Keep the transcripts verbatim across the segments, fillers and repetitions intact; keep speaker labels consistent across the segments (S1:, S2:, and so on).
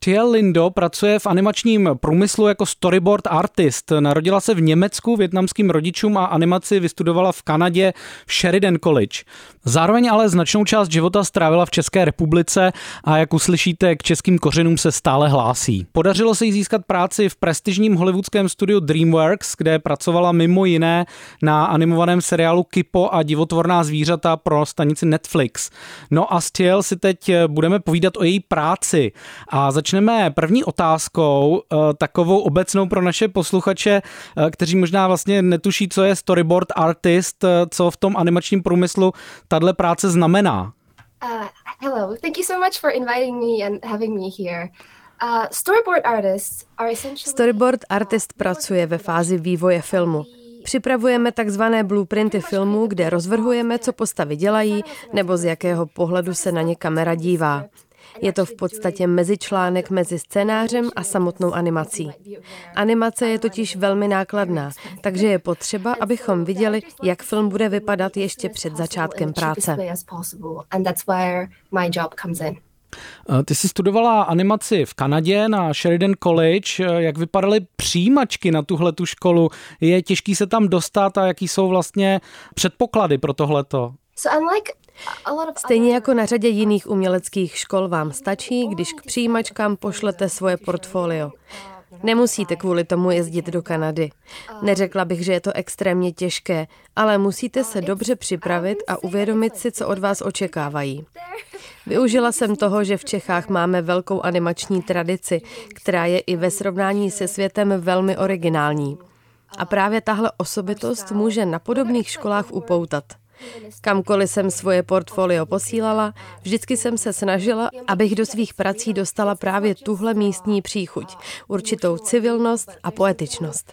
S1: Stiel Lindo pracuje v animačním průmyslu jako storyboard artist. Narodila se v Německu, vietnamským rodičům a animaci vystudovala v Kanadě v Sheridan College. Zároveň ale značnou část života strávila v České republice a jak uslyšíte, k českým kořenům se stále hlásí. Podařilo se jí získat práci v prestižním hollywoodském studiu DreamWorks, kde pracovala mimo jiné na animovaném seriálu Kipo a divotvorná zvířata pro stanici Netflix. No a Stiel si teď budeme povídat o její práci. A začneme první otázkou, takovou obecnou pro naše posluchače, kteří možná vlastně netuší, co je storyboard artist, co v tom animačním průmyslu tahle práce znamená.
S2: Uh, hello, thank you so much for inviting me and having me here. Uh, storyboard artists are essentially...
S3: Storyboard artist pracuje ve fázi vývoje filmu. Připravujeme takzvané blueprinty filmu, kde rozvrhujeme, co postavy dělají, nebo z jakého pohledu se na ně kamera dívá. Je to v podstatě mezičlánek mezi scénářem a samotnou animací. Animace je totiž velmi nákladná, takže je potřeba, abychom viděli, jak film bude vypadat ještě před začátkem práce.
S1: Ty jsi studovala animaci v Kanadě na Sheridan College. Jak vypadaly přijímačky na tuhletu školu? Je těžký se tam dostat a jaký jsou vlastně předpoklady pro tohleto?
S3: Stejně jako na řadě jiných uměleckých škol vám stačí, když k přijímačkám pošlete svoje portfolio. Nemusíte kvůli tomu jezdit do Kanady. Neřekla bych, že je to extrémně těžké, ale musíte se dobře připravit a uvědomit si, co od vás očekávají. Využila jsem toho, že v Čechách máme velkou animační tradici, která je i ve srovnání se světem velmi originální. A právě tahle osobitost může na podobných školách upoutat. Kamkoliv jsem svoje portfolio posílala, vždycky jsem se snažila, abych do svých prací dostala právě tuhle místní příchuť, určitou civilnost a poetičnost.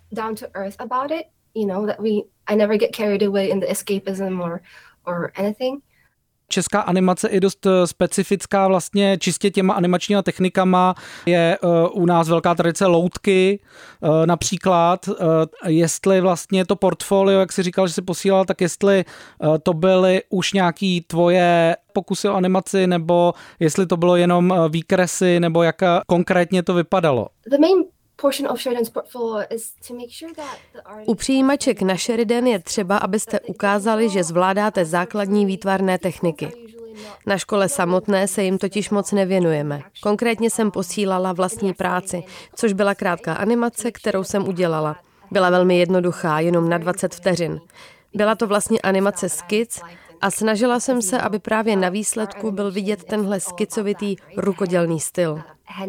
S1: Česká animace je dost specifická vlastně čistě těma animačníma technikama. Je uh, u nás velká tradice loutky uh, například. Uh, jestli vlastně to portfolio, jak jsi říkal, že jsi posílal, tak jestli uh, to byly už nějaký tvoje pokusy o animaci, nebo jestli to bylo jenom uh, výkresy, nebo jak konkrétně to vypadalo?
S3: U přijímaček na Sheridan je třeba, abyste ukázali, že zvládáte základní výtvarné techniky. Na škole samotné se jim totiž moc nevěnujeme. Konkrétně jsem posílala vlastní práci, což byla krátká animace, kterou jsem udělala. Byla velmi jednoduchá, jenom na dvacet vteřin. Byla to vlastně animace skic a snažila jsem se, aby právě na výsledku byl vidět tenhle skicovitý rukodělný styl.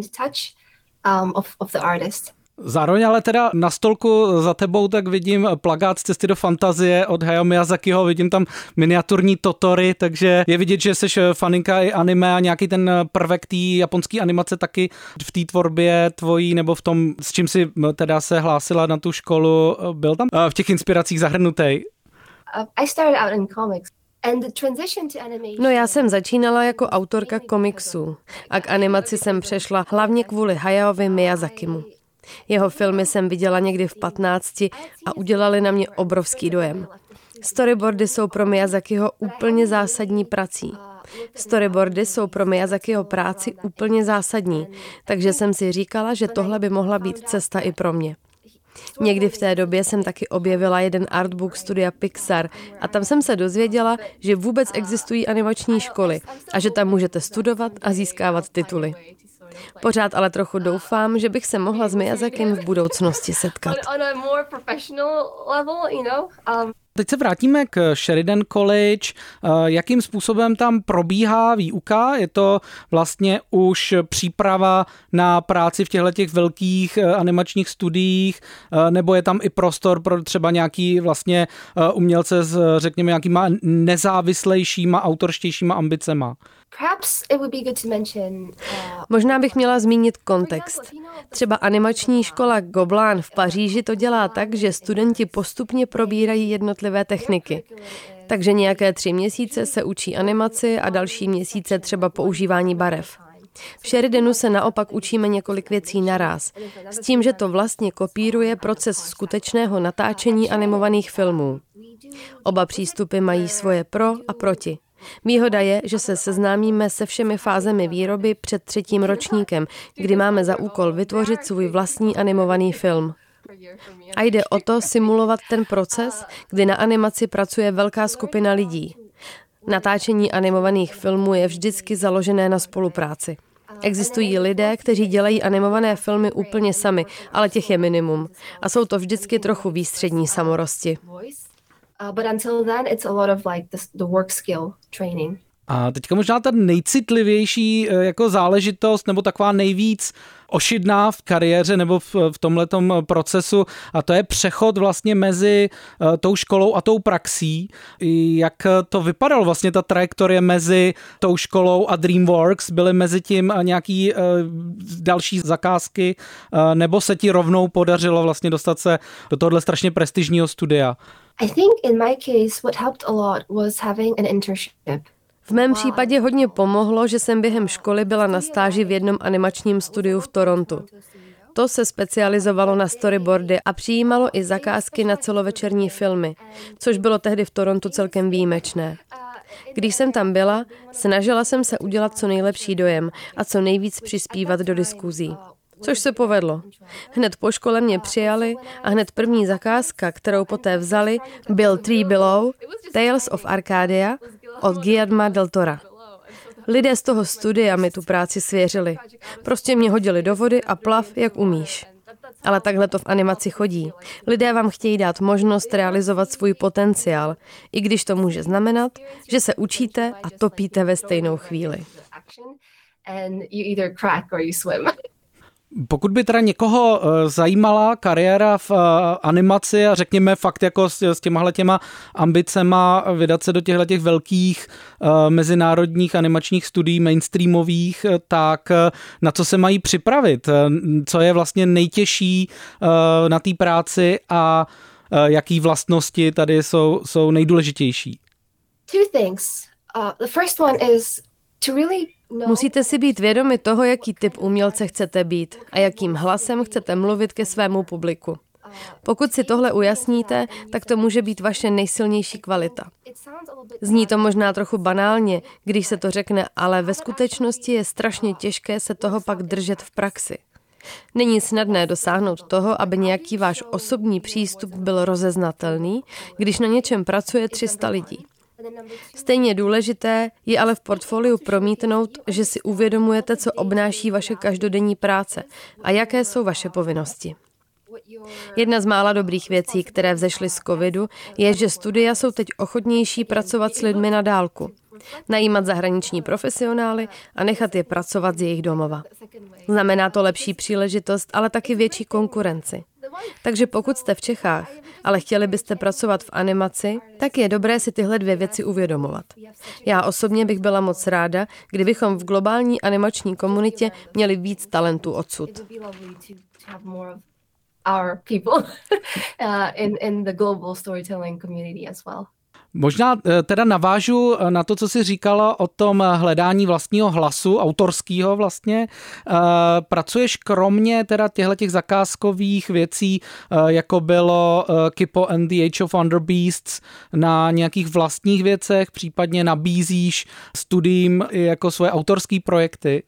S1: Zároveň ale teda na stolku za tebou tak vidím plakát z Cesty do fantazie od Hayao Miyazakiho, vidím tam miniaturní Totory, takže je vidět, že jsi faninka i anime a nějaký ten prvek té japonské animace taky v té tvorbě tvojí, nebo v tom, s čím si teda se hlásila na tu školu, byl tam v těch inspiracích zahrnutý?
S2: I started out in comics.
S3: No já jsem začínala jako autorka komiksů a k animaci jsem přešla hlavně kvůli Hayaovi Miyazakimu. Jeho filmy jsem viděla někdy v patnácti a udělali na mě obrovský dojem. Storyboardy jsou pro Miyazakiho úplně zásadní prací. Storyboardy jsou pro Miyazakiho práci úplně zásadní, takže jsem si říkala, že tohle by mohla být cesta i pro mě. Někdy v té době jsem taky objevila jeden artbook studia Pixar a tam jsem se dozvěděla, že vůbec existují animační školy a že tam můžete studovat a získávat tituly. Pořád ale trochu doufám, že bych se mohla s Miyazakim v budoucnosti setkat.
S1: Teď se vrátíme k Sheridan College. Jakým způsobem tam probíhá výuka? Je to vlastně už příprava na práci v těchto velkých animačních studiích, nebo je tam i prostor pro třeba nějaký vlastně umělce s, řekněme, nějakýma nezávislejšíma, autorštějšíma ambicema?
S3: Možná bych měla zmínit kontext. Třeba animační škola Gobelin v Paříži to dělá tak, že studenti postupně probírají jednotlivé techniky. Takže nějaké tři měsíce se učí animaci a další měsíce třeba používání barev. V Sheridanu se naopak učíme několik věcí naráz, s tím, že to vlastně kopíruje proces skutečného natáčení animovaných filmů. Oba přístupy mají svoje pro a proti. Výhoda je, že se seznámíme se všemi fázemi výroby před třetím ročníkem, kdy máme za úkol vytvořit svůj vlastní animovaný film. A jde o to simulovat ten proces, kdy na animaci pracuje velká skupina lidí. Natáčení animovaných filmů je vždycky založené na spolupráci. Existují lidé, kteří dělají animované filmy úplně sami, ale těch je minimum. A jsou to vždycky trochu výstřední samorosti.
S1: A teďka možná ta nejcitlivější jako záležitost nebo taková nejvíc ošidná v kariéře nebo v, v tomhletom procesu, a to je přechod vlastně mezi uh, tou školou a tou praxí. Jak to vypadalo vlastně ta trajektorie mezi tou školou a DreamWorks? Byly mezi tím nějaký uh, další zakázky, uh, nebo se ti rovnou podařilo vlastně dostat se do tohohle strašně prestižního studia?
S2: I think in my case what helped a lot was having an internship.
S3: V mém případě hodně pomohlo, že jsem během školy byla na stáži v jednom animačním studiu v Torontu. To se specializovalo na storyboardy a přijímalo i zakázky na celovečerní filmy, což bylo tehdy v Torontu celkem výjimečné. Když jsem tam byla, snažila jsem se udělat co nejlepší dojem a co nejvíc přispívat do diskuzí. Což se povedlo. Hned po škole mě přijali a hned první zakázka, kterou poté vzali, byl Three Below, Tales of Arcadia od Guillerma del Tora. Lidé z toho studia mi tu práci svěřili. Prostě mě hodili do vody a plav, jak umíš. Ale takhle to v animaci chodí. Lidé vám chtějí dát možnost realizovat svůj potenciál, i když to může znamenat, že se učíte a topíte ve stejnou chvíli.
S1: Pokud by teda někoho zajímala kariéra v animaci a řekněme fakt jako s, s těmahle těma ambicema vydat se do těchto těch velkých mezinárodních animačních studií mainstreamových, tak na co se mají připravit? Co je vlastně nejtěžší na té práci a jaký vlastnosti tady jsou, jsou nejdůležitější?
S2: Two things. Uh, the first one is to really
S3: Musíte si být vědomi toho, jaký typ umělce chcete být a jakým hlasem chcete mluvit ke svému publiku. Pokud si tohle ujasníte, tak to může být vaše nejsilnější kvalita. Zní to možná trochu banálně, když se to řekne, ale ve skutečnosti je strašně těžké se toho pak držet v praxi. Není snadné dosáhnout toho, aby nějaký váš osobní přístup byl rozeznatelný, když na něčem pracuje tři sta lidí. Stejně důležité je ale v portfoliu promítnout, že si uvědomujete, co obnáší vaše každodenní práce a jaké jsou vaše povinnosti. Jedna z mála dobrých věcí, které vzešly z covidu, je, že studia jsou teď ochotnější pracovat s lidmi na dálku. Najímat zahraniční profesionály a nechat je pracovat z jejich domova. Znamená to lepší příležitost, ale taky větší konkurenci. Takže pokud jste v Čechách, ale chtěli byste pracovat v animaci, tak je dobré si tyhle dvě věci uvědomovat. Já osobně bych byla moc ráda, kdybychom v globální animační komunitě měli víc talentů odsud.
S2: Our people uh, in, in the global storytelling community as well.
S1: Možná teda navážu na to, co jsi říkala o tom hledání vlastního hlasu, autorského vlastně. Pracuješ kromě teda těchto zakázkových věcí, jako bylo Kippo and the Age of Wonder Beasts, na nějakých vlastních věcech, případně nabízíš studiím jako svoje autorské projekty?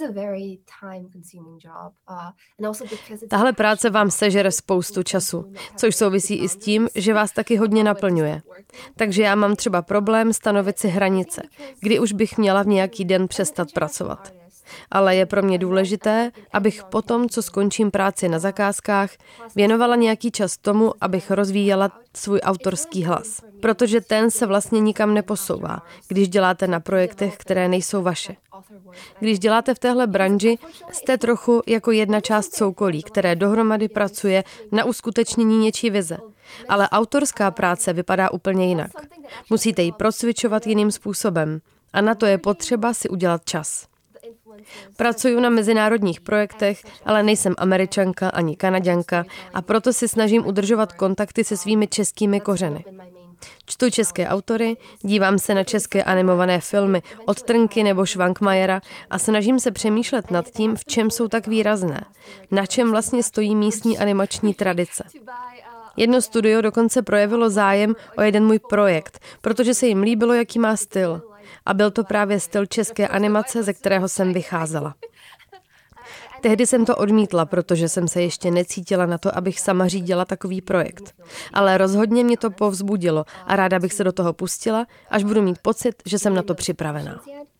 S3: Tahle práce vám sežere spoustu času, což souvisí i s tím, že vás taky hodně naplňuje. Takže já mám třeba problém stanovit si hranice, kdy už bych měla v nějaký den přestat pracovat. Ale je pro mě důležité, abych potom, co skončím práci na zakázkách, věnovala nějaký čas tomu, abych rozvíjela svůj autorský hlas. Protože ten se vlastně nikam neposouvá, když děláte na projektech, které nejsou vaše. Když děláte v téhle branži, jste trochu jako jedna část soukolí, které dohromady pracuje na uskutečnění něčí vize. Ale autorská práce vypadá úplně jinak. Musíte ji procvičovat jiným způsobem a na to je potřeba si udělat čas. Pracuju na mezinárodních projektech, ale nejsem Američanka ani Kanaďanka a proto si snažím udržovat kontakty se svými českými kořeny. Čtu české autory, dívám se na české animované filmy od Trnky nebo Švankmajera a snažím se přemýšlet nad tím, v čem jsou tak výrazné, na čem vlastně stojí místní animační tradice. Jedno studio dokonce projevilo zájem o jeden můj projekt, protože se jim líbilo, jaký má styl. A byl to právě styl české animace, ze kterého jsem vycházela. Tehdy jsem to odmítla, protože jsem se ještě necítila na to, abych sama řídila takový projekt. Ale rozhodně mě to povzbudilo a ráda bych se do toho pustila, až budu mít pocit, že jsem na to připravená.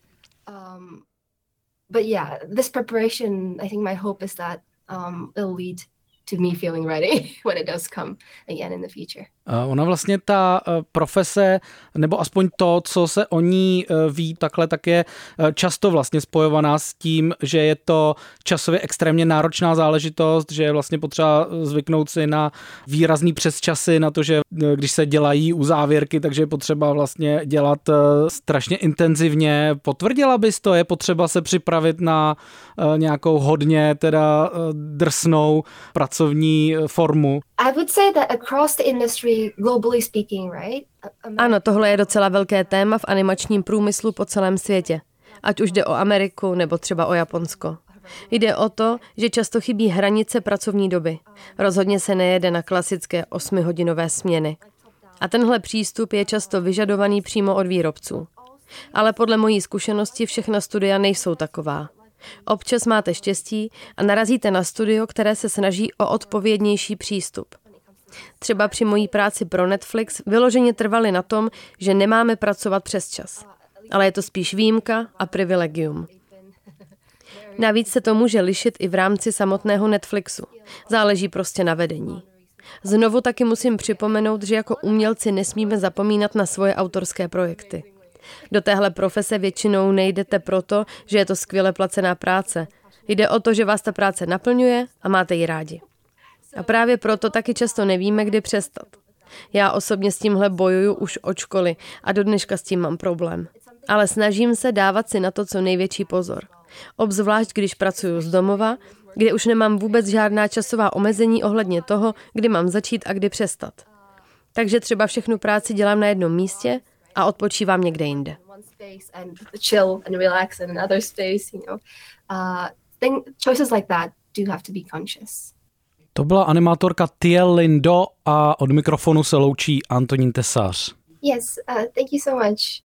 S2: But yeah, this preparation, I think my hope is that um, it'll lead to me feeling ready when it does come again in the future.
S1: Ona vlastně ta profese, nebo aspoň to, co se o ní ví takhle, tak je často vlastně spojovaná s tím, že je to časově extrémně náročná záležitost, že je vlastně potřeba zvyknout si na výrazný přesčasy, na to, že když se dělají uzávěrky, takže je potřeba vlastně dělat strašně intenzivně. Potvrdila bys to? Je potřeba se připravit na nějakou hodně teda drsnou pracovní formu?
S2: I would say that across the industry, globally speaking, right?
S3: Ano, tohle je docela velké téma v animačním průmyslu po celém světě. Ať už jde o Ameriku nebo třeba o Japonsko. Jde o to, že často chybí hranice pracovní doby. Rozhodně se nejede na klasické osmihodinové směny. A tenhle přístup je často vyžadovaný přímo od výrobců. Ale podle mojí zkušenosti všechna studia nejsou taková. Občas máte štěstí a narazíte na studio, které se snaží o odpovědnější přístup. Třeba při mojí práci pro Netflix vyloženě trvali na tom, že nemáme pracovat přes čas. Ale je to spíš výjimka a privilegium. Navíc se to může lišit i v rámci samotného Netflixu. Záleží prostě na vedení. Znovu taky musím připomenout, že jako umělci nesmíme zapomínat na svoje autorské projekty. Do téhle profese většinou nejdete proto, že je to skvěle placená práce. Jde o to, že vás ta práce naplňuje a máte ji rádi. A právě proto taky často nevíme, kdy přestat. Já osobně s tímhle bojuju už od školy a do dneška s tím mám problém. Ale snažím se dávat si na to co největší pozor. Obzvlášť, když pracuju z domova, kde už nemám vůbec žádná časová omezení ohledně toho, kdy mám začít a kdy přestat. Takže třeba všechnu práci dělám na jednom místě a odpočívám někde jinde.
S1: To byla animátorka Tiel Lindo a od mikrofonu se loučí Antonín Tesař.
S2: Yes, uh, thank you so much.